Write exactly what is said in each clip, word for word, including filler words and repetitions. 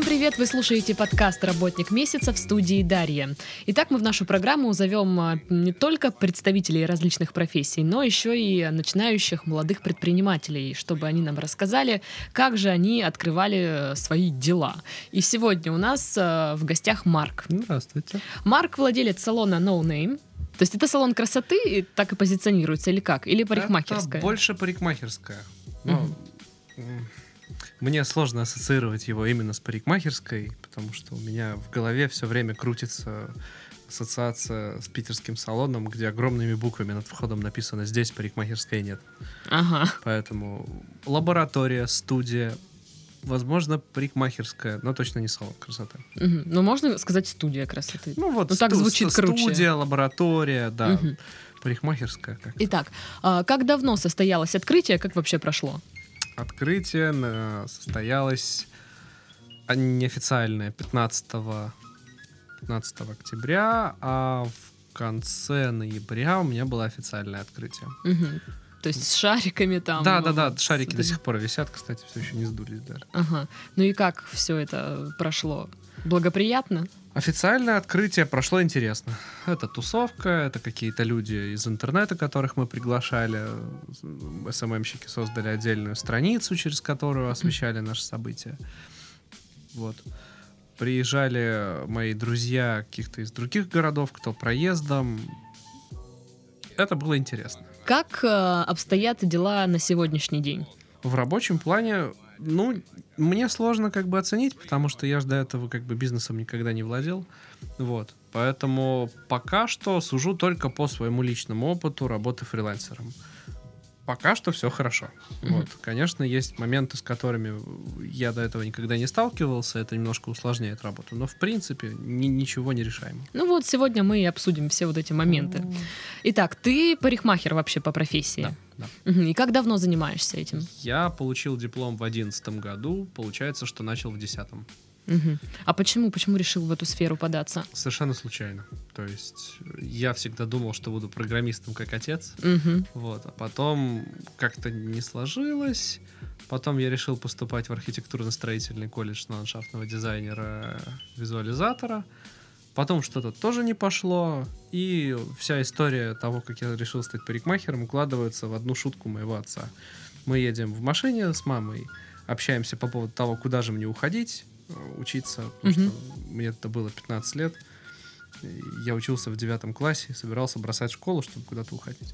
Всем привет! Вы слушаете подкаст «Работник месяца» в студии Дарья. Итак, мы в нашу программу зовем не только представителей различных профессий, но еще и начинающих молодых предпринимателей, чтобы они нам рассказали, как же они открывали свои дела. И сегодня у нас в гостях Марк. Здравствуйте. Марк — владелец салона No Name. То есть это салон красоты, и так и позиционируется, или как? Или парикмахерская? Это больше парикмахерская. Но mm-hmm. Мне сложно ассоциировать его именно с парикмахерской, потому что у меня в голове все время крутится ассоциация с питерским салоном, где огромными буквами над входом написано «Здесь парикмахерской нет». Ага. Поэтому лаборатория, студия, возможно, парикмахерская, но точно не салон красоты. Угу. Ну, можно сказать студия красоты. Ну, вот ну, так сту- звучит сту- круче. Студия, лаборатория, да. Угу. Парикмахерская. Как-то. Итак, а как давно состоялось открытие, как вообще прошло? Открытие состоялось неофициальное пятнадцатого октября, а в конце ноября у меня было официальное открытие. Угу. То есть с шариками там? Да, да, да, шарики с... до сих пор висят, кстати, все еще не сдулись даже. Ага. Ну и как все это прошло? Благоприятно? Официальное открытие прошло интересно. Это тусовка, это какие-то люди из интернета, которых мы приглашали. эс эм эм-щики создали отдельную страницу, через которую освещали наши события. Вот. Приезжали мои друзья каких-то из других городов, кто проездом. Это было интересно. Как э, обстоят дела на сегодняшний день? В рабочем плане, ну, мне сложно как бы оценить, потому что я же до этого как бы бизнесом никогда не владел. Вот. Поэтому пока что сужу только по своему личному опыту работы фрилансером. Пока что все хорошо. Mm-hmm. Вот. Конечно, есть моменты, с которыми я до этого никогда не сталкивался, это немножко усложняет работу, но в принципе ни- ничего не решаемо. Ну вот сегодня мы и обсудим все вот эти моменты. Mm-hmm. Итак, ты парикмахер вообще по профессии? Да, да. Mm-hmm. И как давно занимаешься этим? Я получил диплом в одиннадцатом году, получается, что начал в десятом. Угу. А почему? Почему решил в эту сферу податься? Совершенно случайно. То есть я всегда думал, что буду программистом как отец. Угу. Вот. А потом как-то не сложилось. Потом я решил поступать в архитектурно-строительный колледж на ландшафтного дизайнера-визуализатора. Потом что-то тоже не пошло. И вся история того, как я решил стать парикмахером, укладывается в одну шутку моего отца. Мы едем в машине с мамой, общаемся по поводу того, куда же мне уходить, учиться, потому uh-huh. что мне это было пятнадцать лет. Я учился в девятом классе, собирался бросать школу, чтобы куда-то уходить.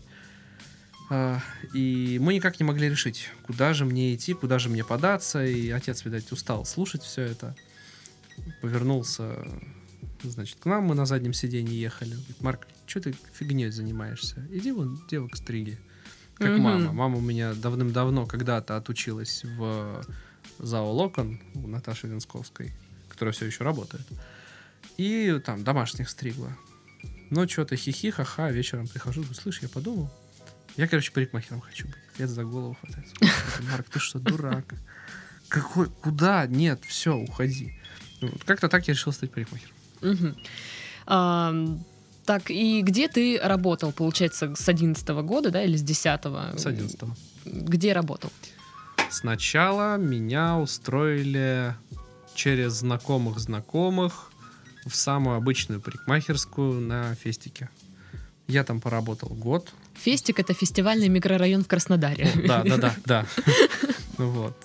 И мы никак не могли решить, куда же мне идти, куда же мне податься. И отец, видать, устал слушать все это. Повернулся, значит, к нам, мы на заднем сиденье ехали. Говорит: Марк, что ты фигней занимаешься? Иди вон девок стриги. Как uh-huh. мама. Мама у меня давным-давно когда-то отучилась в ЗАО «Локон» у Наташи Венсковской, которая все еще работает. И там домашних стригла. Ну, что-то хихи, ха-ха, вечером прихожу, говорю: слышь, я подумал, я, короче, парикмахером хочу быть. Я за голову хватается. Марк, ты что, дурак? Какой? Куда? Нет, все, уходи. Ну, как-то так я решил стать парикмахером. Угу. А, так, и где ты работал, получается, с одиннадцатого года, да, или с десятого? С одиннадцатого. Где работал? Сначала меня устроили через знакомых знакомых в самую обычную парикмахерскую на Фестике. Я там поработал год. Фестик — это фестивальный микрорайон в Краснодаре. Да, да, да, да. Вот.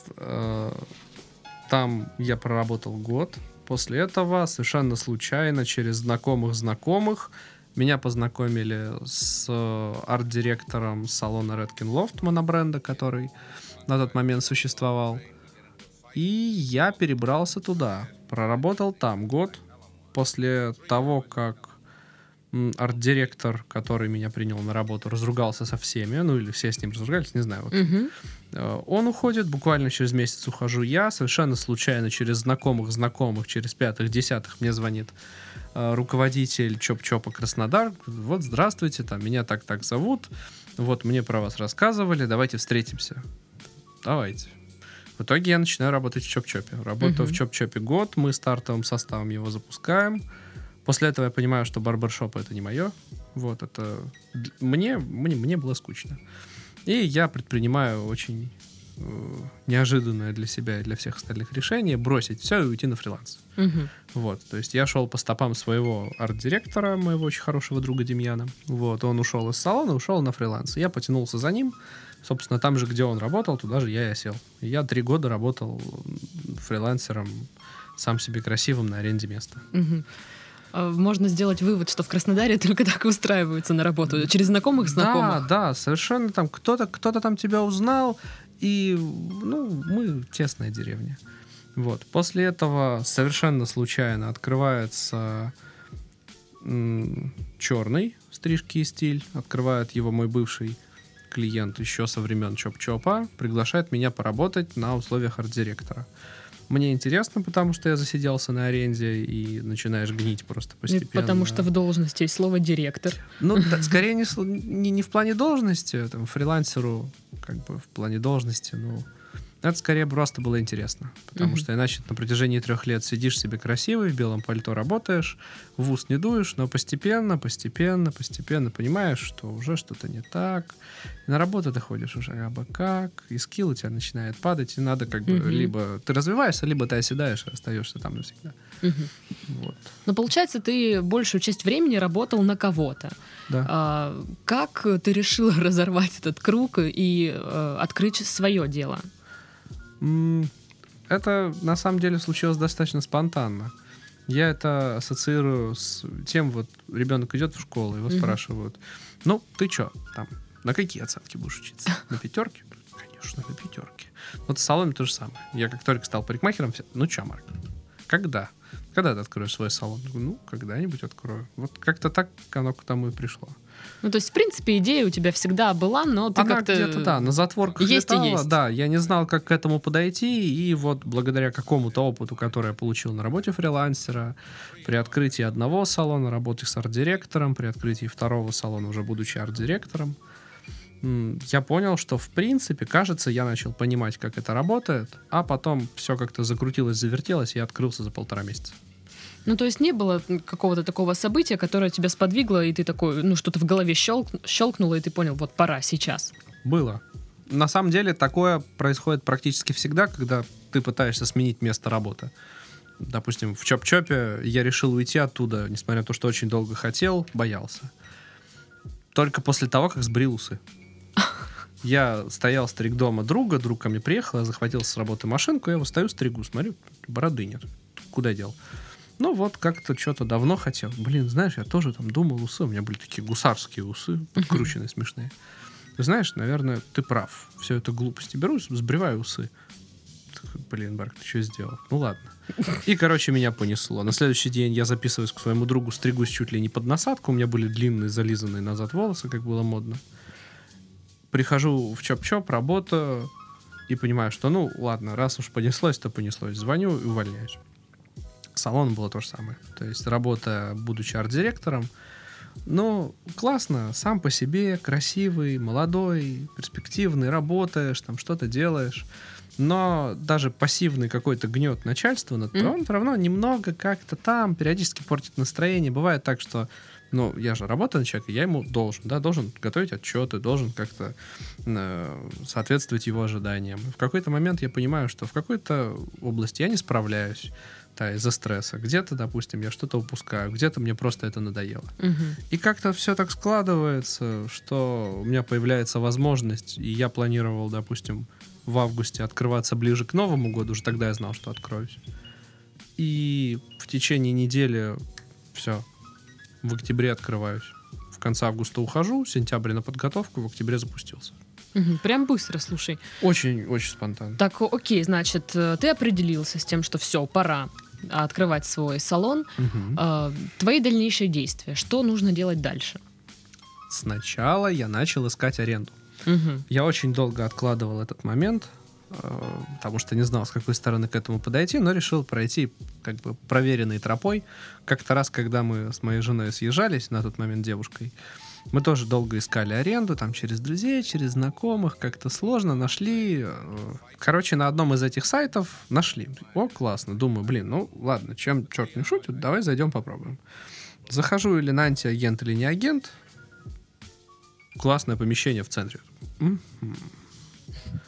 Там я проработал год. После этого совершенно случайно через знакомых знакомых меня познакомили с арт-директором салона Redken Loft монобренда, который на тот момент существовал. И я перебрался туда. Проработал там год. После того, как арт-директор, который меня принял на работу, разругался со всеми, ну или все с ним разругались, не знаю. Вот. Uh-huh. Он уходит, буквально через месяц ухожу я. Совершенно случайно через знакомых знакомых, через пятых, десятых мне звонит руководитель Чоп-Чопа Краснодар. Вот, здравствуйте, там, меня так-так зовут. Вот, мне про вас рассказывали, давайте встретимся. Давайте. В итоге я начинаю работать в Чоп-Чопе. Работаю uh-huh. в Чоп-Чопе год, мы стартовым составом его запускаем. После этого я понимаю, что барбершоп — это не мое. Вот, это... Мне, мне, мне было скучно. И я предпринимаю очень э, неожиданное для себя и для всех остальных решение бросить все и уйти на фриланс. Мгм. Вот, то есть я шел по стопам своего арт-директора, моего очень хорошего друга Демьяна. Вот, он ушел из салона, ушел на фриланс. Я потянулся за ним. Собственно, там же, где он работал, туда же я и осел. И я три года работал фрилансером, сам себе красивым на аренде места. Мгм. А, Можно сделать вывод, что в Краснодаре только так и устраиваются на работу. Через знакомых знакомых. Да, да, совершенно там кто-то, кто-то там тебя узнал, и, ну, мы тесная деревня. Вот. После этого совершенно случайно открывается м, черный стрижки и стиль. Открывает его мой бывший клиент еще со времен Чоп-Чопа. Приглашает меня поработать на условиях арт-директора. Мне интересно, потому что я засиделся на аренде и начинаешь гнить просто И постепенно. Потому что в должности есть слово «директор». Ну, да, скорее не, сл- не, не в плане должности, там, фрилансеру, как бы в плане должности, ну, это скорее просто было интересно. Потому Мгм. что иначе на протяжении трех лет сидишь себе красивый, в белом пальто работаешь, в ус не дуешь, но постепенно, постепенно, постепенно понимаешь, что уже что-то не так. И на работу ты ходишь уже абы как, и скилл у тебя начинает падать, и надо как бы Мгм. либо ты развиваешься, либо ты оседаешь и остаешься там навсегда. Мгм. Вот. Но получается, ты большую часть времени работал на кого-то. Да. А, как ты решил разорвать этот круг и э, открыть свое дело? М, Это на самом деле случилось достаточно спонтанно. Я это ассоциирую с тем, вот ребенок идет в школу, его Мгм. спрашивают: ну, ты чё, там, на какие оценки будешь учиться? На пятерки? Конечно, на пятерки. Вот в салоне то же самое. Я как только стал парикмахером, все: ну чё, Марк, когда? Когда ты откроешь свой салон? Я говорю, ну, когда-нибудь открою. Вот как-то так оно к тому и пришло. Ну, то есть, в принципе, идея у тебя всегда была, но ты Она как-то... где-то, да, на затворках Есть и летала. есть. Да, я не знал, как к этому подойти, и вот благодаря какому-то опыту, который я получил на работе фрилансера, при открытии одного салона, работе с арт-директором, при открытии второго салона, уже будучи арт-директором, м, я понял, что, в принципе, кажется, я начал понимать, как это работает, а потом все как-то закрутилось, завертелось, и я открылся за полтора месяца. Ну, то есть не было какого-то такого события, которое тебя сподвигло, и ты такой, ну, что-то в голове щелк... щелкнуло, и ты понял, вот пора, сейчас. Было. На самом деле такое происходит практически всегда, когда ты пытаешься сменить место работы. Допустим, в Чоп-Чопе я решил уйти оттуда, несмотря на то, что очень долго хотел, боялся. Только после того, как сбрил усы. Я стоял, стриг дома друга, друг ко мне приехал, я захватил с работы машинку, я его стою, стригу, смотрю, бороды нет. Куда дел? Ну вот, как-то что-то давно хотел. Блин, знаешь, я тоже там думал, усы, у меня были такие гусарские усы, подкрученные, смешные. Ты знаешь, наверное, ты прав. Все это глупости. Беру, сбриваю усы. Такой, блин, Марк, ты что сделал? Ну ладно. И, короче, меня понесло. На следующий день я записываюсь к своему другу, стригусь чуть ли не под насадку. У меня были длинные, зализанные назад волосы, как было модно. Прихожу в Чоп-Чоп, работаю и понимаю, что, ну, ладно, раз уж понеслось, то понеслось. Звоню и увольняюсь. Салон было то же самое. То есть, работа, будучи арт-директором, ну, классно, сам по себе, красивый, молодой, перспективный, работаешь, там что-то делаешь. Но даже пассивный какой-то гнет начальства над тобой, Мгм. он все равно немного как-то там периодически портит настроение. Бывает так, что, ну, я же работаю на человека, я ему должен, да, должен готовить отчеты, должен как-то э, соответствовать его ожиданиям. В какой-то момент я понимаю, что в какой-то области я не справляюсь, да, из-за стресса. Где-то, допустим, я что-то упускаю, где-то мне просто это надоело. Мгм. И как-то все так складывается, что у меня появляется возможность, и я планировал, допустим, в августе открываться ближе к Новому году, уже тогда я знал, что откроюсь. И в течение недели все, в октябре открываюсь. В конце августа ухожу, сентябрь на подготовку, в октябре запустился. Мгм. Прям быстро, слушай. Очень-очень спонтанно. Так, о- окей, значит, э, ты определился с тем, что все, пора открывать свой салон. Мгм. А, Твои дальнейшие действия. Что нужно делать дальше? Сначала я начал искать аренду. Мгм. Я очень долго откладывал этот момент, э, потому что не знал, с какой стороны к этому подойти, но решил пройти как бы проверенной тропой. Как-то раз, когда мы с моей женой съезжались, на тот момент девушкой, мы тоже долго искали аренду, там через друзей, через знакомых, как-то сложно, нашли. э, Короче, на одном из этих сайтов нашли. О, классно. Думаю, блин, ну ладно, чем черт не шутит, давай зайдем попробуем. Захожу, или на антиагент, или не агент. Классное помещение в центре. М-м.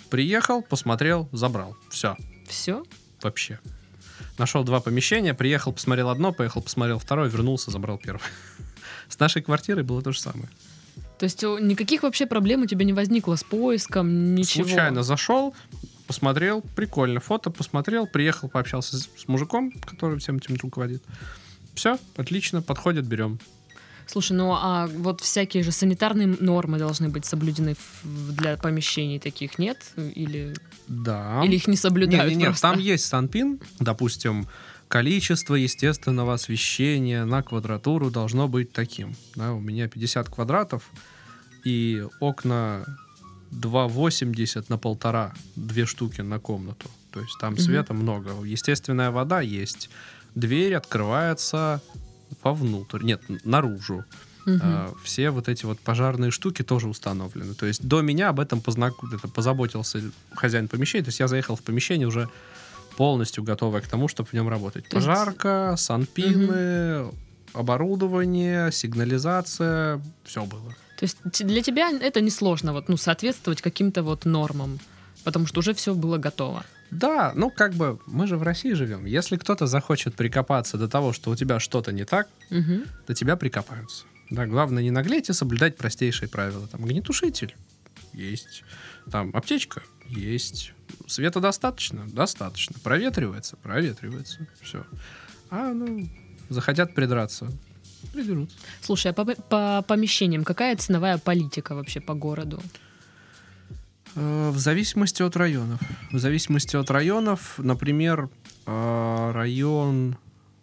Приехал, посмотрел, забрал. Все. Все? Вообще. Нашел два помещения, приехал, посмотрел одно, поехал, посмотрел второе, вернулся, забрал первое. С нашей квартирой было то же самое. То есть никаких вообще проблем у тебя не возникло с поиском, ничего? Случайно зашел, посмотрел, прикольно, фото посмотрел, приехал, пообщался с, с мужиком, который всем этим руководит. Все, отлично, подходит, берем. Слушай, ну а вот всякие же санитарные нормы должны быть соблюдены в, для помещений таких, нет? Или, да. Или их не соблюдают? Нет, нет, нет, просто? там есть санпин, допустим, количество естественного освещения на квадратуру должно быть таким. Да, у меня пятьдесят квадратов, и окна два восемьдесят на полтора, две штуки на комнату. То есть там света угу. много. Естественная вода есть. Дверь открывается вовнутрь, нет, наружу. Угу. А, все вот эти вот пожарные штуки тоже установлены. То есть до меня об этом познак... это позаботился хозяин помещения. То есть я заехал в помещение уже полностью готовое к тому, чтобы в нем работать. То Пожарка, есть... санпины, угу. оборудование, сигнализация, все было. То есть для тебя это несложно вот, ну, соответствовать каким-то вот нормам, потому что уже все было готово. Да, ну как бы мы же в России живем. Если кто-то захочет прикопаться до того, что у тебя что-то не так, угу. до тебя прикопаются. Да, главное не наглеть и соблюдать простейшие правила. Там огнетушитель есть, там аптечка есть, света достаточно, достаточно, проветривается, проветривается, все. А ну захотят придраться, придерутся. Слушай, а по, по помещениям какая ценовая политика вообще по городу? В зависимости от районов. В зависимости от районов, например, район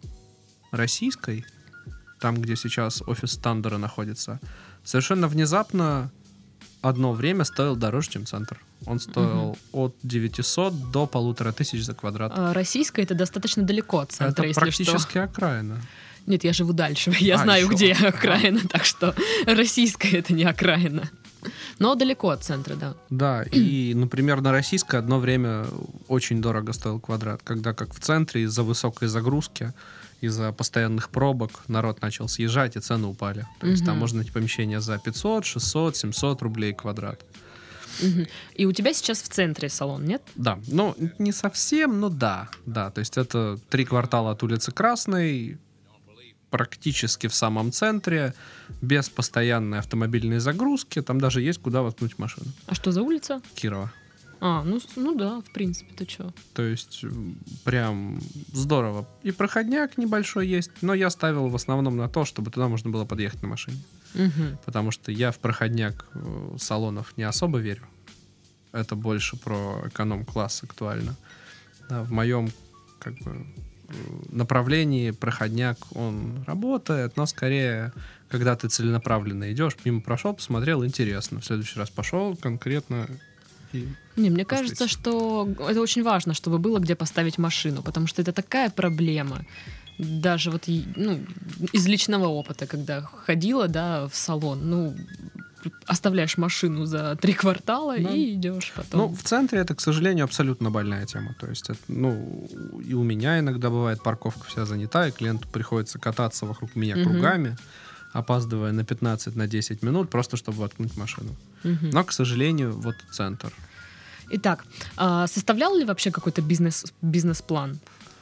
Российской, там, где сейчас офис Стандера находится, совершенно внезапно одно время стоил дороже, чем центр. Он стоил угу. от девятисот до полутора тысяч за квадрат. А Российская — это достаточно далеко от центра, это если практически что. окраина. Нет, я живу дальше, я а, знаю, еще? где окраина, так что Российская — это не окраина. Но далеко от центра, да. Да, и, например, на Российской одно время очень дорого стоил квадрат, когда как в центре из-за высокой загрузки, из-за постоянных пробок народ начал съезжать, и цены упали. То есть угу. там можно найти помещение за пятьсот, шестьсот, семьсот рублей квадрат. Угу. И у тебя сейчас в центре салон, нет? Да, ну не совсем, но да. Да, то есть это три квартала от улицы Красной, практически в самом центре, без постоянной автомобильной загрузки. Там даже есть куда воткнуть машину. А что за улица? Кирова. А, ну, ну да, в принципе, ты чё. То есть прям здорово. И проходняк небольшой есть, но я ставил в основном на то, чтобы туда можно было подъехать на машине. Угу. Потому что я в проходняк салонов не особо верю. Это больше про эконом-класс актуально. Да, в моем как бы направлении проходняк, он работает, но скорее, когда ты целенаправленно идешь, мимо прошел, посмотрел, интересно. В следующий раз пошел конкретно. И не, мне кажется, что это очень важно, чтобы было где поставить машину, потому что это такая проблема. Даже вот ну, из личного опыта, когда ходила, да, в салон, ну, оставляешь машину за три квартала да. и идешь потом. Ну, в центре это, к сожалению, абсолютно больная тема. То есть, это, ну, и у меня иногда бывает парковка вся занята, и клиенту приходится кататься вокруг меня угу. кругами, опаздывая на пятнадцать-десять минут, просто чтобы воткнуть машину. Угу. Но, к сожалению, вот центр. Итак, а составлял ли вообще какой-то бизнес, бизнес-план?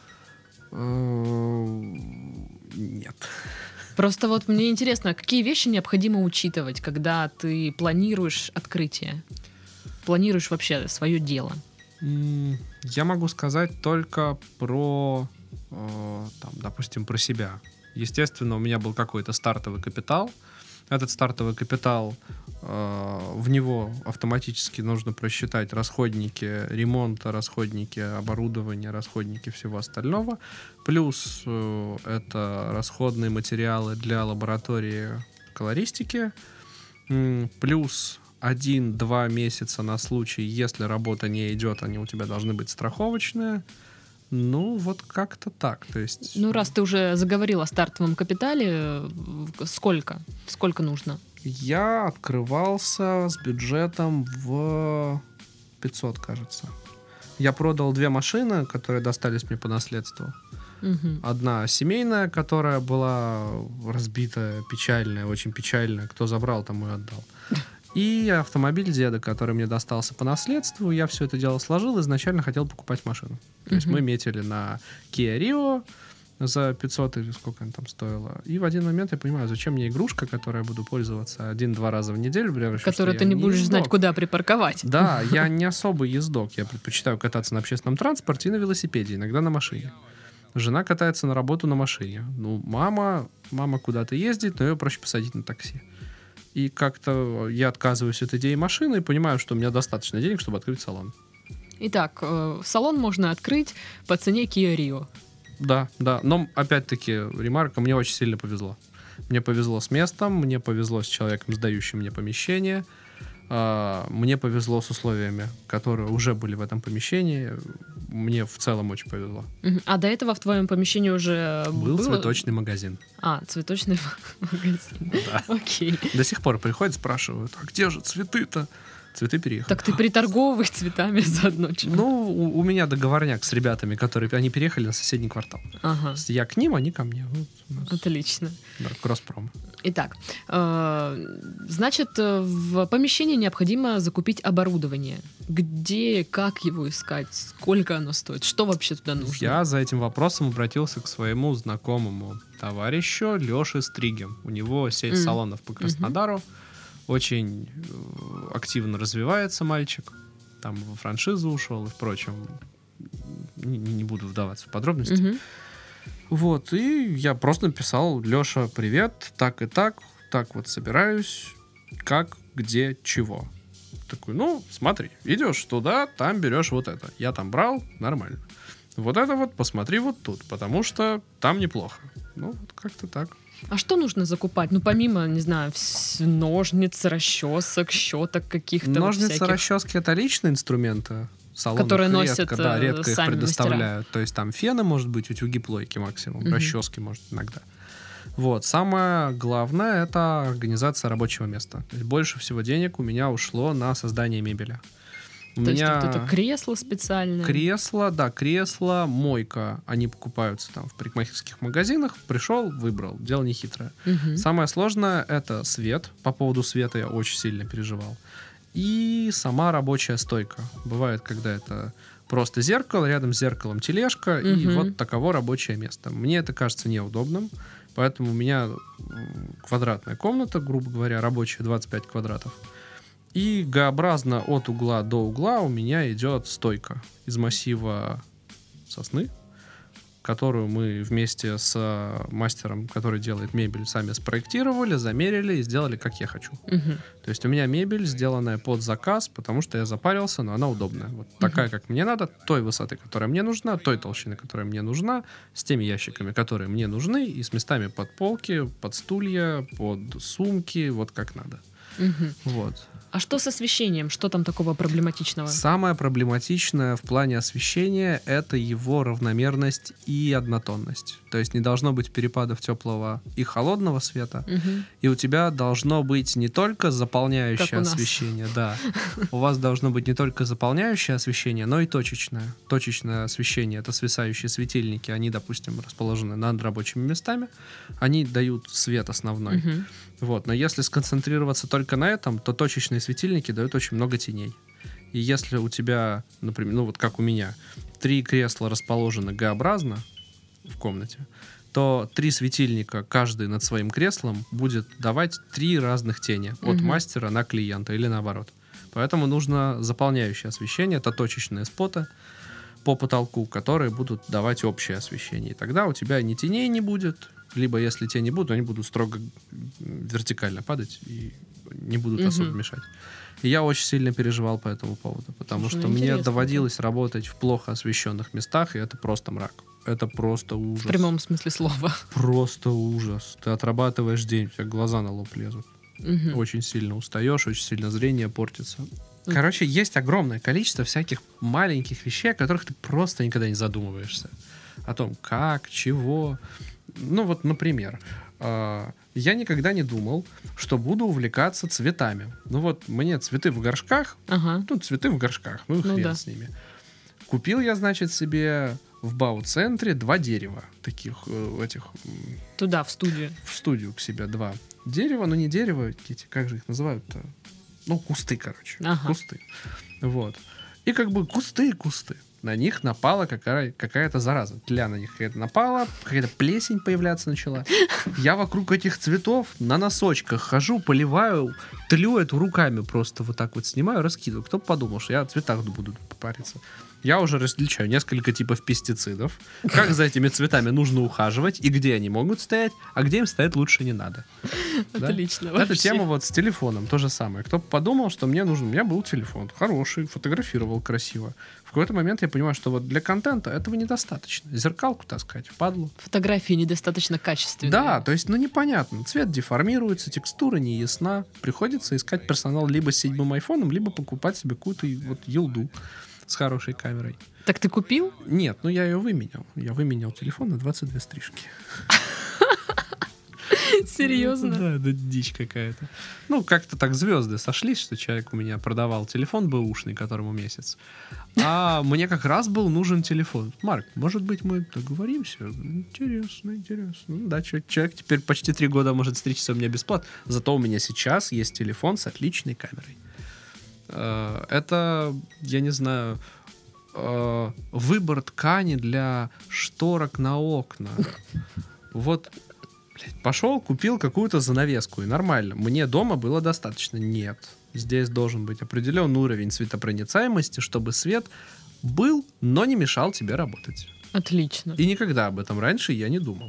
Нет. Просто вот мне интересно, какие вещи необходимо учитывать, когда ты планируешь открытие? Планируешь вообще свое дело? Я могу сказать только про, там, допустим, про себя. Естественно, у меня был какой-то стартовый капитал. Этот стартовый капитал, в него автоматически нужно просчитать расходники ремонта, расходники оборудования, расходники всего остального. Плюс это расходные материалы для лаборатории колористики. Плюс один-два месяца на случай, если работа не идет, они у тебя должны быть страховочные. Ну, вот как-то так. То есть... Ну, раз ты уже заговорил о стартовом капитале, сколько? Сколько нужно? Я открывался с бюджетом в пятьсот, кажется. Я продал две машины, которые достались мне по наследству. Угу. Одна семейная, которая была разбитая, печальная, очень печальная. Кто забрал, тому и отдал. И автомобиль деда, который мне достался по наследству, я все это дело сложил, изначально хотел покупать машину. То есть Мгм. мы метили на Kia Rio за пятьсот или сколько она там стоила. И в один момент я понимаю, зачем мне игрушка, которой я буду пользоваться один-два раза в неделю, при расчете, Которую что ты я не будешь ездок. знать, куда припарковать. Да, я не особый ездок. Я предпочитаю кататься на общественном транспорте и на велосипеде, иногда на машине. Жена катается на работу на машине. Ну, мама, мама куда-то ездит, но ее проще посадить на такси. И как-то я отказываюсь от идеи машины и понимаю, что у меня достаточно денег, чтобы открыть салон. Итак, э, салон можно открыть по цене Kia Rio. Да, да. Но, опять-таки, ремарка, мне очень сильно повезло. Мне повезло с местом, мне повезло с человеком, сдающим мне помещение. а, Мне повезло с условиями, которые уже были в этом помещении. Мне в целом очень повезло. Мгм. А до этого в твоем помещении уже Был было? цветочный магазин. А, цветочный магазин. Да. Окей. До сих пор приходят, спрашивают, а где же цветы-то? Цветы переехали. Так ты приторговывай цветами заодно. чё? Ну, у, у меня договорняк с ребятами, которые они переехали на соседний квартал. Ага, Я к ним, они ко мне. Вот у нас, отлично. да, кросс-пром. Итак, э, значит, э, в помещении необходимо закупить оборудование. Где, как его искать, сколько оно стоит, что вообще туда нужно? Я за этим вопросом обратился к своему знакомому товарищу Леше Стриге. У него сеть М. салонов по Краснодару. Очень э, активно развивается мальчик. Там во франшизу ушел и впрочем. Не, не буду вдаваться в подробности. Мгм. Вот, и я просто написал: Леша, привет, так и так, так вот собираюсь, как, где, чего. Такой, ну, смотри, идешь туда, там берешь вот это. Я там брал, нормально. Вот это вот посмотри вот тут, потому что там неплохо. Ну, вот как-то так. А что нужно закупать? Ну, помимо, не знаю, вс- ножниц, расчесок, щеток каких-то. вот Ножницы, всяких. расчески — это личные инструменты. Салонах Которые редко, носят, да, э, редко их сами предоставляют. То есть там фены, может быть, утюги, плойки максимум, Мгм. расчески, может, иногда. Вот. Самое главное — это организация рабочего места. То есть больше всего денег у меня ушло на создание мебели. У То меня есть вот это кресло специальное. кресло, да, кресло, мойка. Они покупаются там в парикмахерских магазинах. Пришел, выбрал. Дело не хитрое. Мгм. Самое сложное — это свет. По поводу света я очень сильно переживал. И сама рабочая стойка. Бывает, когда это просто зеркало, рядом с зеркалом тележка, и Мгм. вот таково рабочее место. Мне это кажется неудобным, поэтому у меня м, квадратная комната, грубо говоря, рабочая двадцать пять квадратов. И Г-образно от угла до угла у меня идет стойка из массива сосны, которую мы вместе с э, мастером, который делает мебель, сами спроектировали, замерили и сделали, как я хочу. Мгм. То есть у меня мебель, сделанная под заказ, потому что я запарился, но она удобная. Вот такая, как мне надо, той высоты, которая мне нужна, той толщины, которая мне нужна, с теми ящиками, которые мне нужны, и с местами под полки, под стулья, под сумки, вот как надо. Мгм. Вот. А что с освещением? Что там такого проблематичного? Самое проблематичное в плане освещения — это его равномерность и однотонность. То есть не должно быть перепадов теплого и холодного света. Мгм. И у тебя должно быть не только заполняющее Как у нас. освещение, да. У вас должно быть не только заполняющее освещение, но и точечное. Точечное освещение — это свисающие светильники. Они, допустим, расположены над рабочими местами. Они дают свет основной. Мгм. Вот. Но если сконцентрироваться только на этом, то точечные светильники дают очень много теней. И если у тебя, например, ну вот как у меня, три кресла расположены Г-образно в комнате, то три светильника, каждый над своим креслом, будет давать три разных тени от Мгм. мастера на клиента или наоборот. Поэтому нужно заполняющее освещение, это точечные споты по потолку, которые будут давать общее освещение. И тогда у тебя ни теней не будет, либо если тени будут, они будут строго вертикально падать и не будут Мгм. особо мешать. И я очень сильно переживал по этому поводу, потому Слушай, что ну мне интересно, доводилось работать в плохо освещенных местах, и это просто мрак. Это просто ужас. В прямом смысле слова. Просто ужас. Ты отрабатываешь день, у тебя глаза на лоб лезут. Мгм. Очень сильно устаешь, очень сильно зрение портится. Короче, есть огромное количество всяких маленьких вещей, о которых ты просто никогда не задумываешься. О том, как, чего. Ну вот, например, э, я никогда не думал, что буду увлекаться цветами. Ну вот, мне цветы в горшках, Ага. ну, цветы в горшках, ну, Ну хрен да. с ними. Купил я, значит, себе в Бау-центре два дерева, таких э, этих, м, Туда, в студию. в студию к себе два дерева, но не дерева, эти, как же их называют-то? Ну, кусты, короче. Ага. Кусты. Вот. И как бы кусты и кусты. На них напала какая- какая-то зараза. Тля на них какая-то напала, какая-то плесень появляться начала. Я вокруг этих цветов на носочках хожу, поливаю, тлю эту руками просто вот так вот снимаю, раскидываю. Кто бы подумал, что я в цветах буду париться. Я уже различаю несколько типов пестицидов, как за этими цветами нужно ухаживать, и где они могут стоять, а где им стоять лучше не надо. Да? Отлично. Эта вообще. тема вот с телефоном, то же самое. Кто бы подумал, что мне нужен... У меня был телефон хороший, фотографировал красиво. В какой-то момент я понимаю, что вот для контента этого недостаточно. Зеркалку таскать впадлу. Фотографии недостаточно качественные. Да, то есть, ну непонятно. Цвет деформируется, текстура не ясна. Приходится искать персонал либо с седьмым айфоном, либо покупать себе какую-то вот елду с хорошей камерой. Так ты купил? Нет, ну я ее выменял. Я выменял телефон на двадцать две стрижки. Серьезно? Да, да, дичь какая-то. Ну, как-то так звезды сошлись, что человек у меня продавал телефон бэушный, которому месяц. А мне как раз был нужен телефон. Марк, может быть, мы договоримся? Интересно, интересно. Ну да, человек теперь почти три года может стричься у меня бесплатно. Зато у меня сейчас есть телефон с отличной камерой. Это, я не знаю, выбор ткани для шторок на окна. Вот, блядь, пошел, купил какую-то занавеску, и нормально. Мне дома было достаточно. Нет. Здесь должен быть определенный уровень светопроницаемости, чтобы свет был, но не мешал тебе работать. Отлично. И никогда об этом раньше я не думал.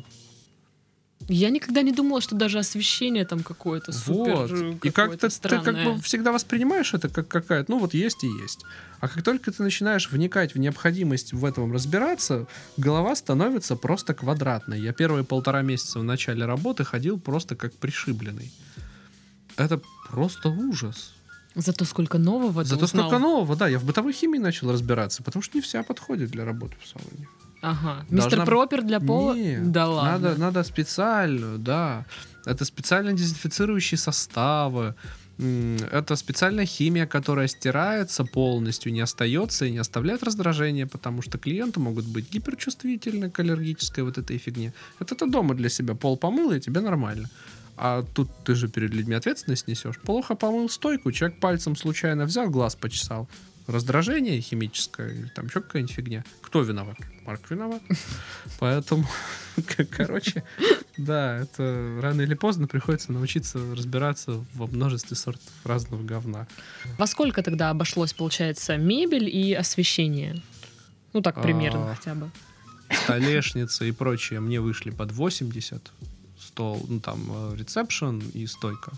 Я никогда не думала, что даже освещение там какое-то супер. Вот. И как-то ты как бы всегда воспринимаешь это как какая-то, ну вот есть и есть. А как только ты начинаешь вникать в необходимость в этом разбираться, голова становится просто квадратной. Я первые полтора месяца в начале работы ходил просто как пришибленный. Это просто ужас. Зато сколько нового ты Зато узнал. сколько нового, да. Я в бытовой химии начал разбираться, потому что не вся подходит для работы в салоне. Ага. Должна... Мистер Пропер для пола? Нет, да ладно. Надо, надо специальную, да. Это специально дезинфицирующие составы. Это специальная химия, которая стирается полностью, не остается и не оставляет раздражения, потому что клиенты могут быть гиперчувствительны к аллергической вот этой фигне. Это ты дома для себя пол помыл, и тебе нормально. А тут ты же перед людьми ответственность несешь. Плохо помыл стойку, человек пальцем случайно взял, глаз почесал. Раздражение химическое или там еще какая-нибудь фигня. Кто виноват? Марк виноват. Поэтому, короче, да, это рано или поздно приходится научиться разбираться во множестве сортов разного говна. Во сколько тогда обошлось, получается, мебель и освещение? Ну так, примерно хотя бы. Столешница и прочее мне вышли под восемьдесят. Стол, ну там ресепшн и стойка.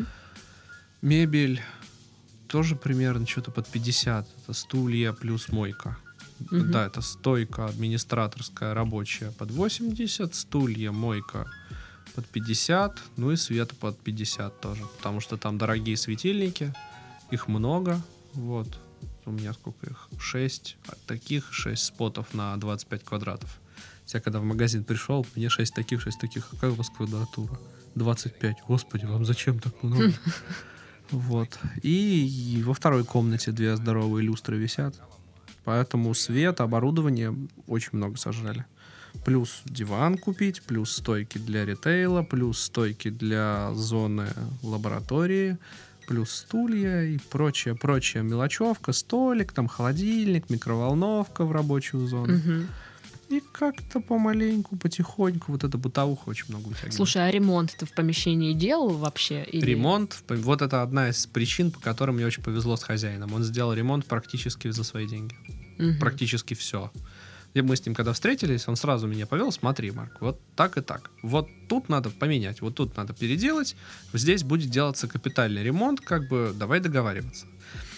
Мебель тоже примерно что-то под пятьдесят. Это стулья плюс мойка. Угу. Да, это стойка администраторская рабочая под восемьдесят, стулья, мойка под пятьдесят, ну и свет под пятьдесят тоже, потому что там дорогие светильники, их много, вот. У меня сколько их? шесть таких, шесть спотов на двадцать пять квадратов. Я когда в магазин пришел, мне шесть таких, шесть таких. Какая у вас квадратура? двадцать пять. Господи, вам зачем так много? Вот. И, и во второй комнате две здоровые люстры висят. Поэтому свет, оборудование очень много сожрали. Плюс диван купить, плюс стойки для ритейла, плюс стойки для зоны лаборатории, плюс стулья и прочая, прочая мелочевка, столик, там холодильник, микроволновка в рабочую зону. Угу. И как-то помаленьку, потихоньку вот эта бытовуха очень много утягивает. Слушай, а ремонт ты в помещении делал вообще? Или... Ремонт, вот это одна из причин, по которым мне очень повезло с хозяином. Он сделал ремонт практически за свои деньги. Угу. Практически все. И мы с ним когда встретились, он сразу меня повел: смотри, Марк, вот так и так. Вот тут надо поменять, вот тут надо переделать, здесь будет делаться капитальный ремонт, как бы давай договариваться.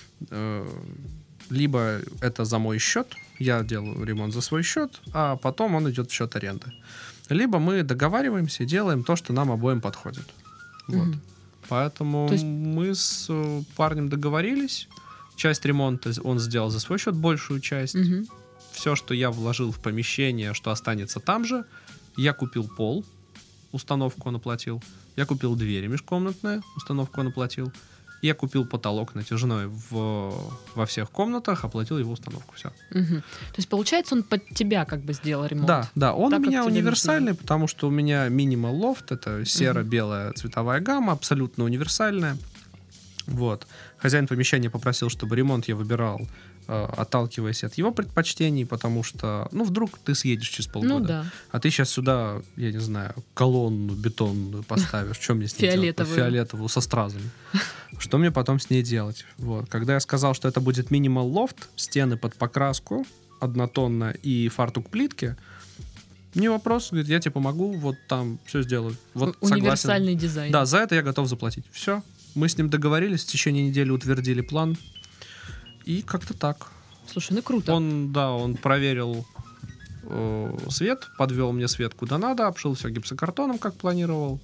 Либо это за мой счет, я делаю ремонт за свой счет, а потом он идет в счет аренды. Либо мы договариваемся и делаем то, что нам обоим подходит. Вот. Mm-hmm. Поэтому есть... мы с парнем договорились. Часть ремонта он сделал за свой счет, большую часть. Mm-hmm. Все, что я вложил в помещение, что останется там же. Я купил пол, установку он оплатил. Я купил двери межкомнатные, установку он оплатил. Я купил потолок натяжной в, во всех комнатах, оплатил его установку. Все. Угу. То есть, получается, он под тебя как бы сделал ремонт? Да, да. Он так, у меня универсальный, потому что у меня минимал лофт, это серо-белая угу. цветовая гамма, абсолютно универсальная. Вот. Хозяин помещения попросил, чтобы ремонт я выбирал, э, отталкиваясь от его предпочтений, потому что, ну, вдруг ты съедешь через полгода. Ну да. А ты сейчас сюда, я не знаю, колонну бетонную поставишь. Что мне с ней делать? Фиолетовую. Фиолетовую со стразами. Что мне потом с ней делать? Вот. Когда я сказал, что это будет минимал лофт, стены под покраску, однотонно и фартук плитки, не вопрос, говорит, я тебе помогу, вот там все сделаю. Вот Универсальный согласен. дизайн. Да, за это я готов заплатить. Все. Мы с ним договорились, в течение недели утвердили план. И как-то так. Слушай, ну круто. Он, да, он проверил э, свет, подвел мне свет куда надо, обшил все гипсокартоном, как планировал,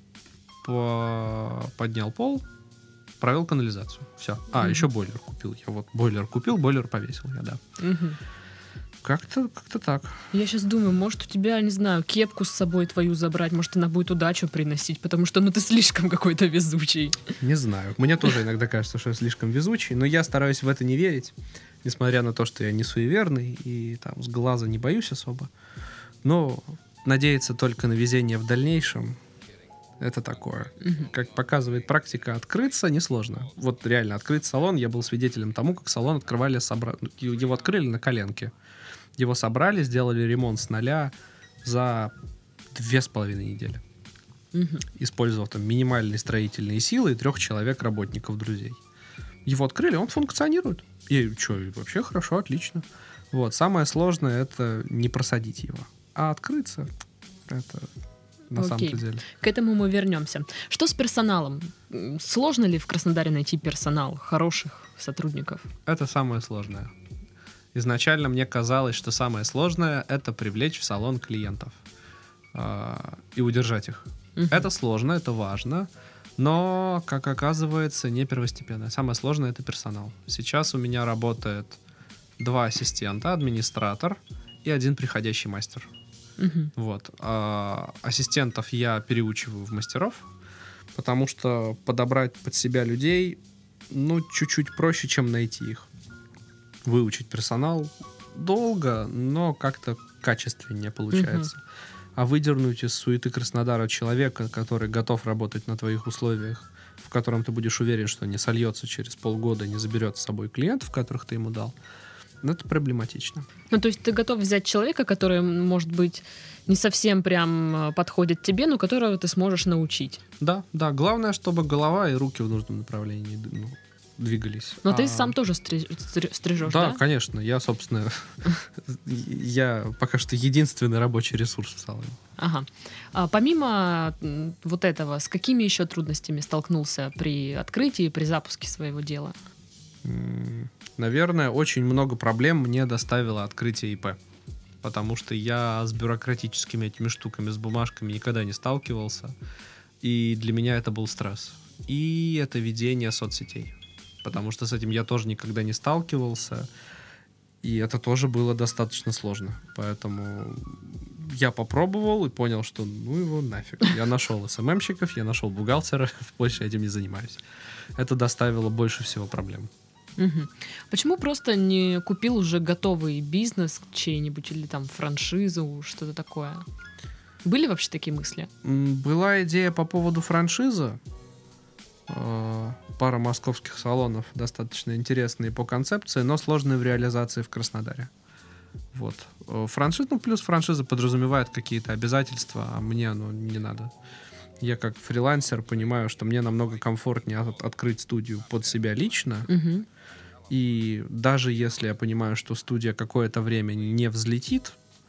по... поднял пол, провел канализацию. Все. А, Мгм. еще бойлер купил. Я вот бойлер купил, бойлер повесил я, да. Мгм. Как-то, как-то так. Я сейчас думаю, может, у тебя, не знаю, кепку с собой твою забрать, может, она будет удачу приносить, потому что, ну, ты слишком какой-то везучий. Не знаю. Мне тоже иногда кажется, что я слишком везучий, но я стараюсь в это не верить, несмотря на то, что я не суеверный и там с глаза не боюсь особо. Но надеяться только на везение в дальнейшем — это такое. Мгм. Как показывает практика, открыться несложно. Вот реально, открыть салон, я был свидетелем тому, как салон открывали, собра... его открыли на коленке. Его собрали, сделали ремонт с нуля за две с половиной недели. Мгм. Использовав там минимальные строительные силы и трех человек, работников, друзей. Его открыли, он функционирует. И что, вообще хорошо, отлично. Вот. Самое сложное — это не просадить его. А открыться — это на Окей. самом-то деле. К этому мы вернемся. Что с персоналом? М, Сложно ли в Краснодаре найти персонал, хороших сотрудников? Это самое сложное. Изначально мне казалось, что самое сложное — это привлечь в салон клиентов а, и удержать их. Мгм. Это сложно, это важно, но, как оказывается, не первостепенно. Самое сложное — это персонал. Сейчас у меня работает два ассистента, администратор и один приходящий мастер. Мгм. Вот. А ассистентов я переучиваю в мастеров, потому что подобрать под себя людей, ну, чуть-чуть проще, чем найти их. Выучить персонал долго, но как-то качественнее получается. А выдернуть из суеты Краснодара человека, который готов работать на твоих условиях, в котором ты будешь уверен, что не сольется через полгода, не заберет с собой клиентов, которых ты ему дал, ну, это проблематично. Ну, то есть ты готов взять человека, который, может быть, не совсем прям э, подходит тебе, но которого ты сможешь научить. Да, да. Главное, чтобы голова и руки в нужном направлении, ну, двигались. Но А- ты сам тоже стри- стри- стрижешь, Да, да? конечно. Я, собственно, я пока что единственный рабочий ресурс в салоне. Ага. А помимо м, вот этого, с какими еще трудностями столкнулся при открытии, при запуске своего дела? М, Наверное, очень много проблем мне доставило открытие ИП. Потому что я с бюрократическими этими штуками, с бумажками никогда не сталкивался. И для меня это был стресс. И это ведение соцсетей. Потому что с этим я тоже никогда не сталкивался. И это тоже было достаточно сложно. Поэтому я попробовал и понял, что ну его нафиг. Я нашел эс эм эм-щиков, я нашел бухгалтера, больше этим не занимаюсь. Это доставило больше всего проблем. Мгм. Почему просто не купил уже готовый бизнес чей-нибудь или там франшизу, что-то такое? Были вообще такие мысли? М, Была идея по поводу франшизы. Э, Пара московских салонов достаточно интересные по концепции, но сложные в реализации в Краснодаре. Вот. Э, Франшиза, ну, плюс франшиза подразумевает какие-то обязательства, а мне оно не надо. Я как фрилансер понимаю, что мне намного комфортнее от- открыть студию под себя лично. Мгм. И даже если я понимаю, что студия какое-то время не взлетит,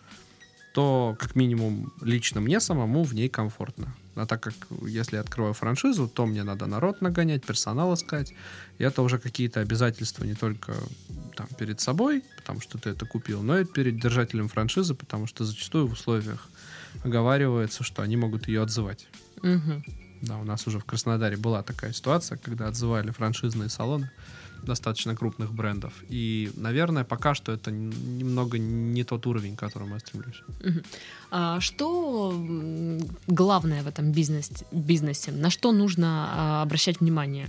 то как минимум лично мне самому в ней комфортно. А так как если я открываю франшизу, то мне надо народ нагонять, персонал искать. И это уже какие-то обязательства не только там, перед собой, потому что ты это купил, но и перед держателем франшизы, потому что зачастую в условиях оговаривается, что они могут ее отзывать. Мгм. Да, у нас уже в Краснодаре была такая ситуация, когда отзывали франшизные салоны достаточно крупных брендов. И, наверное, пока что это н- немного не тот уровень, к которому я стремлюсь. Мгм. А что м, главное в этом бизнес- бизнесе? На что нужно а, обращать внимание?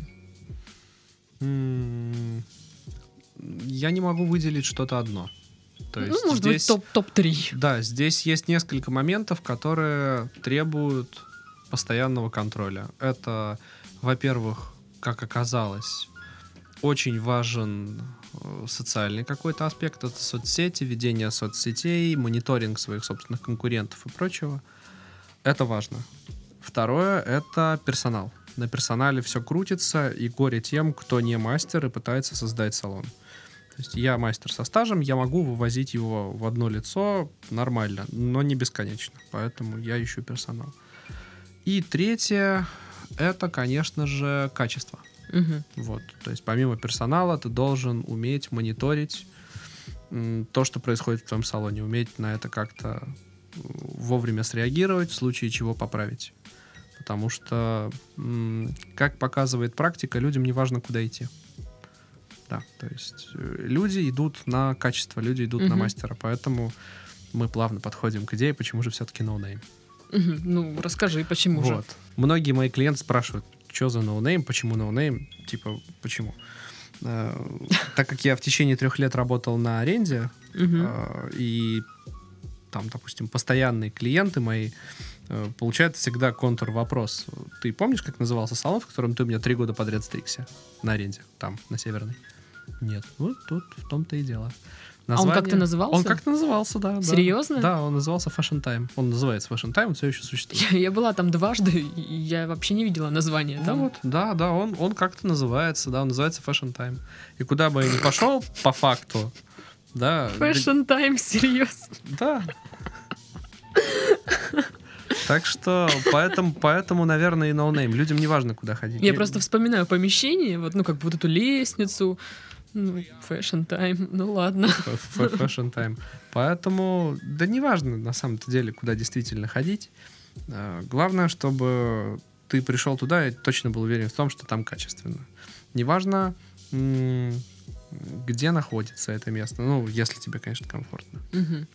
М, Я не могу выделить что-то одно. То есть Ну, может здесь, быть, топ- топ-три. да, здесь есть несколько моментов, которые требуют постоянного контроля. Это, во-первых, как оказалось, очень важен социальный какой-то аспект. Это соцсети, ведение соцсетей, мониторинг своих собственных конкурентов и прочего. Это важно. Второе — это персонал. На персонале все крутится, и горе тем, кто не мастер и пытается создать салон. То есть я мастер со стажем, я могу вывозить его в одно лицо нормально, но не бесконечно. Поэтому я ищу персонал. И третье — это, конечно же, качество. Угу. Вот. То есть помимо персонала ты должен уметь мониторить м, то, что происходит в твоем салоне, уметь на это как-то вовремя среагировать, в случае чего поправить. Потому что, м, как показывает практика, людям не важно, куда идти. Да, то есть э, люди идут на качество, люди идут Мгм. на мастера, поэтому мы плавно подходим к идее, почему же все-таки ноунейм. Мгм. Ну, расскажи, почему же? Вот. Многие мои клиенты спрашивают, что за ноунейм, почему ноунейм, типа, почему? Э, Так как я в течение трех лет работал на аренде, Мгм. э, и там, допустим, постоянные клиенты мои э, получают всегда контр-вопрос. Ты помнишь, как назывался салон, в котором ты у меня три года подряд стригся? На аренде, там, на Северной? Нет. Вот тут в том-то и дело. А он как-то назывался? Он как-то назывался, да. да. Серьезно? Да, он назывался Fashion Time. Он называется Fashion Time, он все еще существует. Я, я была там дважды, и я вообще не видела названия там. Вот, да, да, он, он как-то называется, да, он называется Fashion Time. И куда бы я ни пошел, по факту, да. Fashion Time, серьезно. Да. Так что, поэтому, поэтому, наверное, и ноунейм. Людям не важно, куда ходить. Я просто вспоминаю помещение, вот, ну, как бы вот эту лестницу. Ну, Fashion Time, ну ладно. Ф- ф- Fashion Time. Поэтому, да не важно, на самом-то деле, куда действительно ходить. А, Главное, чтобы ты пришел туда и точно был уверен в том, что там качественно. Неважно, м, где находится это место. Ну, если тебе, конечно, комфортно. Мгм.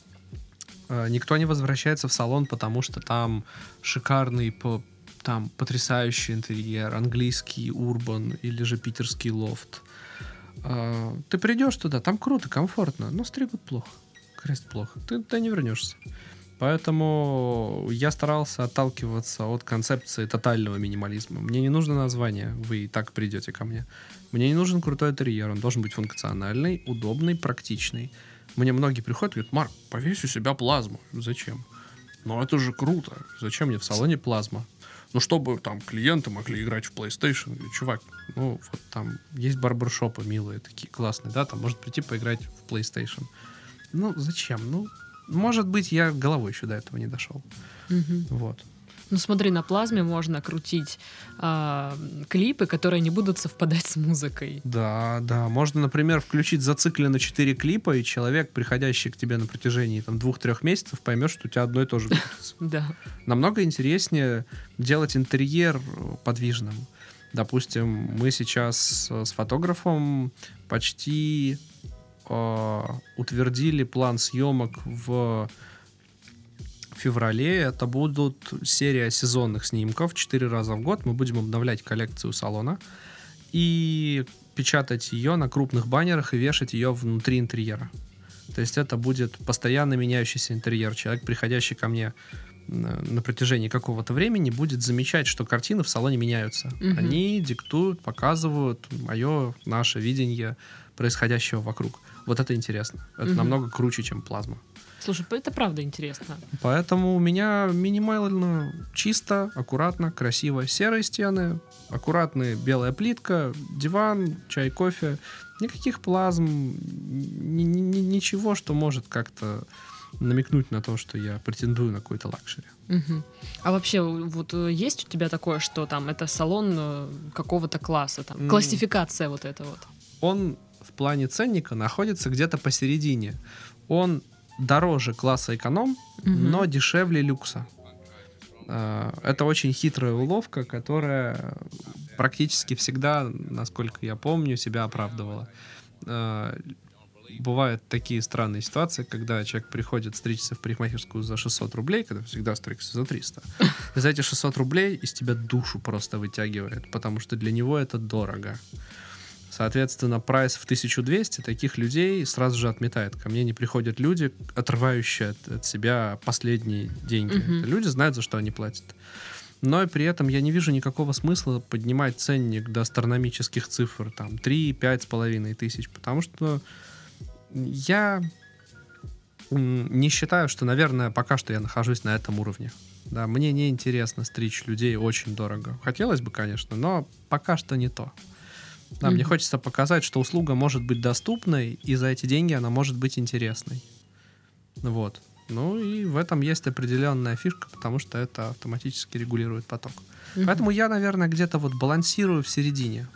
Э, Никто не возвращается в салон, потому что там шикарный, по- там потрясающий интерьер, английский урбан или же питерский лофт. Э, Ты придешь туда, там круто, комфортно, но стригут плохо, красят плохо. Ты туда не вернешься. Поэтому я старался отталкиваться от концепции тотального минимализма. Мне не нужно название, вы и так придете ко мне. Мне не нужен крутой интерьер, он должен быть функциональный, удобный, практичный. Мне многие приходят и говорят: Марк, повесь у себя плазму. Зачем? Ну это же круто. Зачем мне в салоне плазма? Ну, чтобы там клиенты могли играть в PlayStation. Я говорю: чувак, ну вот там есть барбершопы милые такие, классные, да, там может прийти поиграть в PlayStation. Ну, зачем? Ну, может быть, я головой еще до этого не дошел. Мгм. Вот. Ну смотри, на плазме можно крутить а, клипы, которые не будут совпадать с музыкой. Да, да. Можно, например, включить зацикленно четыре клипа, и человек, приходящий к тебе на протяжении там, двух-трех месяцев, поймет, что у тебя одно и то же крутится. Да. Намного интереснее делать интерьер подвижным. Допустим, мы сейчас с фотографом почти э, утвердили план съемок в феврале. Это будут серия сезонных снимков. Четыре раза в год мы будем обновлять коллекцию салона и печатать ее на крупных баннерах и вешать ее внутри интерьера. То есть это будет постоянно меняющийся интерьер. Человек, приходящий ко мне на на протяжении какого-то времени, будет замечать, что картины в салоне меняются. Мгм. Они диктуют, показывают мое, наше видение происходящего вокруг. Вот это интересно. Это Мгм. намного круче, чем плазма. Слушай, это правда интересно. Поэтому у меня минимально чисто, аккуратно, красиво. Серые стены, аккуратная белая плитка, диван, чай, кофе. Никаких плазм, ни- ни- ни- ничего, что может как-то намекнуть на то, что я претендую на какой-то лакшери. Мгм. А вообще, вот э, есть у тебя такое, что там это салон э, какого-то класса, там, М. классификация вот эта вот? Он в плане ценника находится где-то посередине. Он дороже класса эконом, Мгм. но дешевле люкса. А, Это очень хитрая уловка, которая практически всегда, насколько я помню, себя оправдывала. А, Бывают такие странные ситуации, когда человек приходит стричься в парикмахерскую за шестьсот рублей, когда всегда стригся за триста. И за эти шестьсот рублей из тебя душу просто вытягивает, потому что для него это дорого. Соответственно, прайс в тысячу двести таких людей сразу же отметает. Ко мне не приходят люди, отрывающие от, от себя последние деньги. Мгм. Это люди знают, за что они платят. но и при этом я не вижу никакого смысла поднимать ценник до астрономических цифр, там, три-пять с половиной тысяч, потому что я не считаю, что, наверное, пока что я нахожусь на этом уровне. Да, мне не интересно стричь людей очень дорого. Хотелось бы, конечно, но пока что не то. Да, mm-hmm. Мне хочется показать, что услуга может быть доступной, и за эти деньги она может быть интересной. Вот. Ну и в этом есть определенная фишка, потому что это автоматически регулирует поток. Mm-hmm. Поэтому я, наверное, где-то вот балансирую в середине.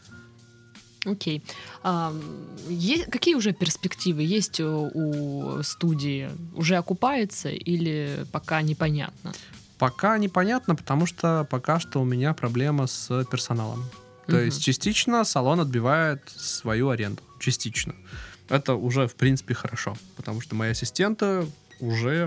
Окей. Okay. А, есть, какие уже перспективы есть у, у студии? Уже окупается или пока непонятно? Пока непонятно, потому что пока что у меня проблема с персоналом. То uh-huh. есть частично салон отбивает свою аренду. Частично. Это уже, в принципе, хорошо, потому что мои ассистенты уже,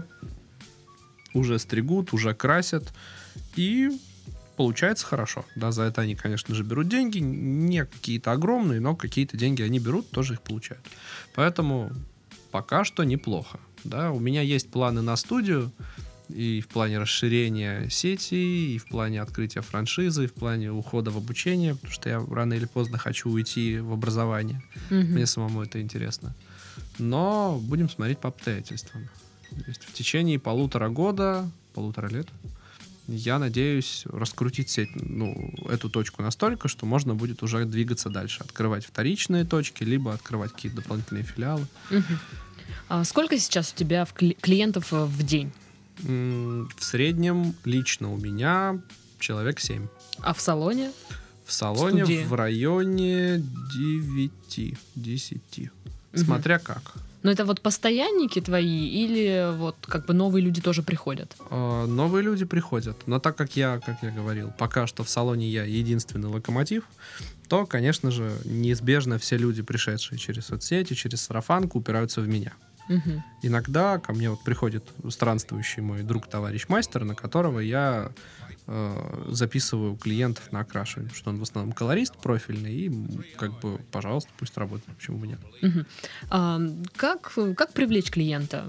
уже стригут, уже красят, и получается хорошо. Да, за это они, конечно же, берут деньги. Не какие-то огромные, но какие-то деньги они берут, тоже их получают. Поэтому пока что неплохо. Да. У меня есть планы на студию и в плане расширения сети, и в плане открытия франшизы, и в плане ухода в обучение, потому что я рано или поздно хочу уйти в образование. Mm-hmm. Мне самому это интересно. Но будем смотреть по обстоятельствам. То есть в течение полутора года, полутора лет, я надеюсь раскрутить сеть, ну, эту точку настолько, что можно будет уже двигаться дальше, открывать вторичные точки, либо открывать какие-то дополнительные филиалы. Uh-huh. А сколько сейчас у тебя клиентов в день? В среднем лично у меня человек семь. А в салоне? В салоне Студии? В районе девяти, десяти. Угу. Смотря как. Но это вот постоянники твои или вот как бы новые люди тоже приходят? Э, новые люди приходят. Но так как я, как я говорил, пока что в салоне я единственный локомотив, то, конечно же, неизбежно все люди, пришедшие через соцсети, через сарафанку, упираются в меня. Угу. Иногда ко мне вот приходит странствующий мой друг-товарищ мастер, на которого я э, записываю клиентов на окрашивание, что он в основном колорист профильный, и как бы, пожалуйста, пусть работает, почему бы нет. Угу. А, как, как привлечь клиента?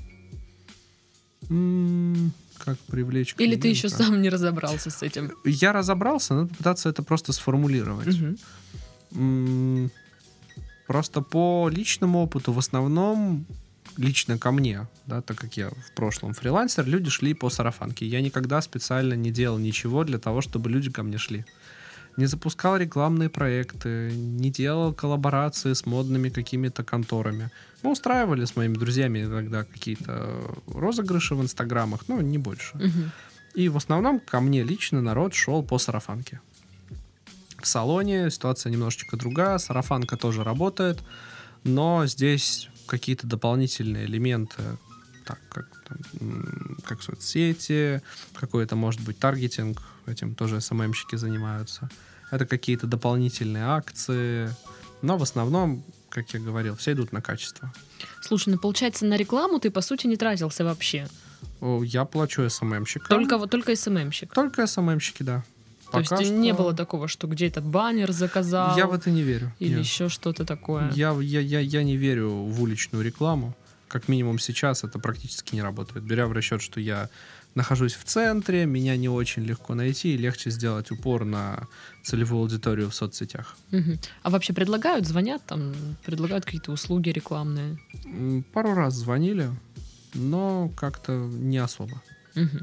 М-м, как привлечь клиента? Или ты еще сам не разобрался с этим? Я разобрался, надо пытаться это просто сформулировать. Угу. М-м, Просто по личному опыту, в основном, лично ко мне, да, так как я в прошлом фрилансер, люди шли по сарафанке. Я никогда специально не делал ничего для того, чтобы люди ко мне шли. Не запускал рекламные проекты, не делал коллаборации с модными какими-то конторами. Мы устраивали с моими друзьями иногда какие-то розыгрыши в инстаграмах, но не больше. Угу. И в основном ко мне лично народ шел по сарафанке. В салоне ситуация немножечко другая, сарафанка тоже работает, но здесь какие-то дополнительные элементы, так, как, там, как соцсети, какой-то, может быть, таргетинг, этим тоже эс эм эм-щики занимаются. Это какие-то дополнительные акции, но в основном, как я говорил, все идут на качество. Слушай, ну получается, на рекламу ты, по сути, не тратился вообще? Я плачу эс эм эм-щикам. Только, только эс эм эм-щик? Только эс эм эм-щики, да. То Пока есть что... не было такого, что где-то баннер заказал? Я в это не верю. Или Нет. еще что-то такое? Я, я, я, я не верю в уличную рекламу. Как минимум сейчас это практически не работает. Беря в расчет, что я нахожусь в центре, меня не очень легко найти, и легче сделать упор на целевую аудиторию в соцсетях. Угу. А вообще предлагают, звонят там, предлагают какие-то услуги рекламные? Пару раз звонили, но как-то не особо. Угу.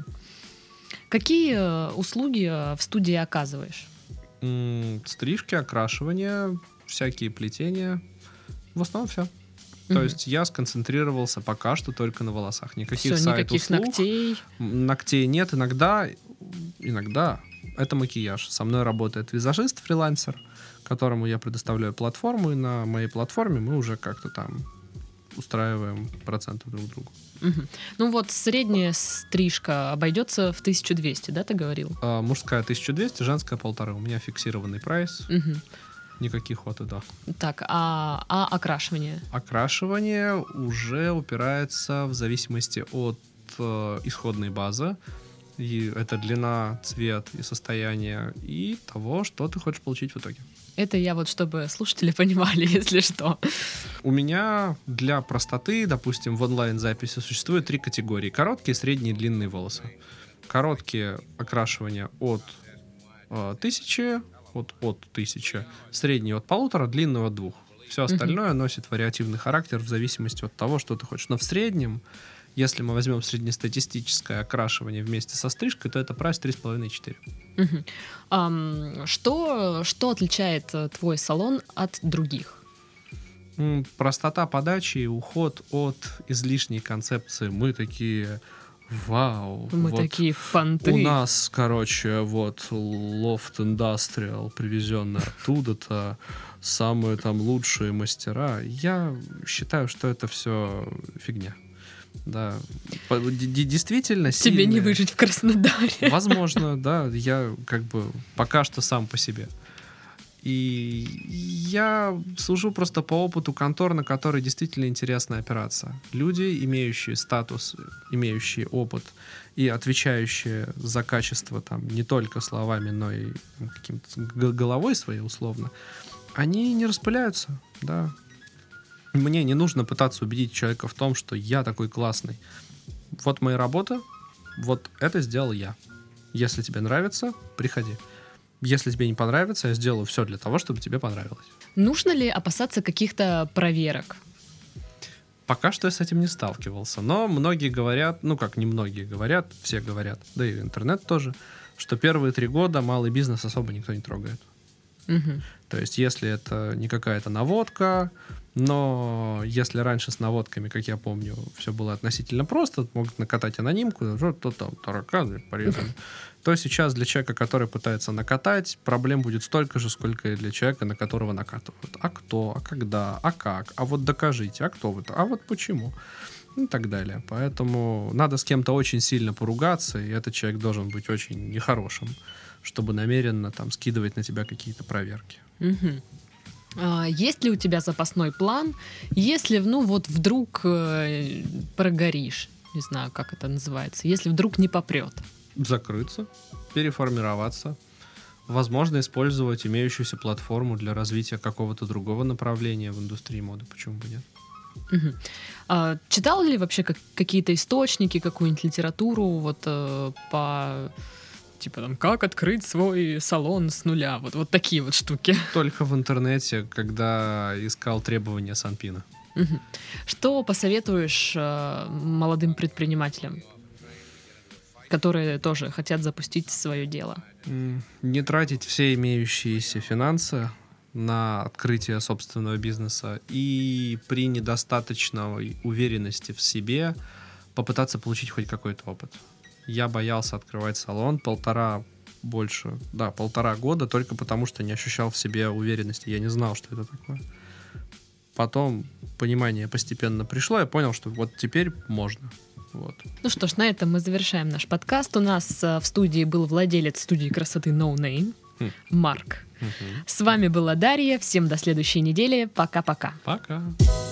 Какие услуги в студии оказываешь? Стрижки, окрашивание, всякие плетения. В основном все. Mm-hmm. То есть я сконцентрировался пока что только на волосах. Никаких Всё, никаких сайт-услуг. ногтей? Ногтей нет. Иногда, иногда это макияж. Со мной работает визажист-фрилансер, которому я предоставляю платформу, и на моей платформе мы уже как-то там устраиваем проценты друг другу. Угу. Ну вот средняя стрижка обойдется в тысячу двести, да, ты говорил? А, мужская тысяча двести, женская полторы. У меня фиксированный прайс. Угу. Никаких от и до. Так, а, а окрашивание? Окрашивание уже упирается в зависимости от э, исходной базы. И это длина, цвет и состояние, и того, что ты хочешь получить в итоге. Это я вот, чтобы слушатели понимали, если что. У меня для простоты, допустим, в онлайн-записи существует три категории. Короткие, средние и длинные волосы. короткие окрашивания от э, тысячи, от, от тысячи, средние от полутора, длинного от двух. Все остальное uh-huh. носит вариативный характер в зависимости от того, что ты хочешь. Но в среднем, если мы возьмем среднестатистическое окрашивание вместе со стрижкой, то это прайс три с половиной - четыре. Uh-huh. Um, что, что отличает твой салон от других? Простота подачи и уход от излишней концепции. Мы такие... Вау. Мы вот такие понты. У нас, короче, вот Loft Industrial, привезенный оттуда-то, самые там лучшие мастера. Я считаю, что это все фигня. Да. Действительно сильные. Тебе не выжить в Краснодаре. Возможно, да. Я как бы пока что сам по себе. И я сужу просто по опыту контор, на которой действительно интересная операция. Люди, имеющие статус, имеющие опыт и отвечающие за качество там не только словами, но и каким-то головой своей условно, они не распыляются, да. Мне не нужно пытаться убедить человека в том, что я такой классный. Вот моя работа, вот это сделал я. Если тебе нравится, приходи. Если тебе не понравится, я сделаю все для того, чтобы тебе понравилось. Нужно ли опасаться каких-то проверок? Пока что я с этим не сталкивался. Но многие говорят, ну как не многие говорят, все говорят, да и интернет тоже, что первые три года малый бизнес особо никто не трогает. Угу. То есть если это не какая-то наводка, но если раньше с наводками, как я помню, все было относительно просто, могут накатать анонимку, то там тараканы порезали, то сейчас для человека, который пытается накатать, проблем будет столько же, сколько и для человека, на которого накатывают. А кто? А когда? А как? А вот докажите. А кто вы? А вот почему? И так далее. Поэтому надо с кем-то очень сильно поругаться, и этот человек должен быть очень нехорошим, чтобы намеренно там скидывать на тебя какие-то проверки. Угу. А есть ли у тебя запасной план, если, ну, вот вдруг э, прогоришь, не знаю, как это называется, если вдруг не попрет? Закрыться, переформироваться, возможно, использовать имеющуюся платформу для развития какого-то другого направления в индустрии моды. Почему бы нет? Угу. А, читал ли вообще как, какие-то источники, какую-нибудь литературу вот э, по... Типа там, как открыть свой салон с нуля. Вот, вот такие вот штуки. Только в интернете, когда искал требования Санпина. Угу. Что посоветуешь э, молодым предпринимателям, которые тоже хотят запустить свое дело? Не тратить все имеющиеся финансы на открытие собственного бизнеса и при недостаточной уверенности в себе попытаться получить хоть какой-то опыт. Я боялся открывать салон полтора, больше, да, полтора года, только потому что не ощущал в себе уверенности. Я не знал, что это такое. Потом понимание постепенно пришло, я понял, что вот теперь можно. Вот. Ну что ж, на этом мы завершаем наш подкаст. У нас в студии был владелец студии красоты No Name, хм. Марк. Угу. С вами была Дарья. Всем до следующей недели. Пока-пока. Пока.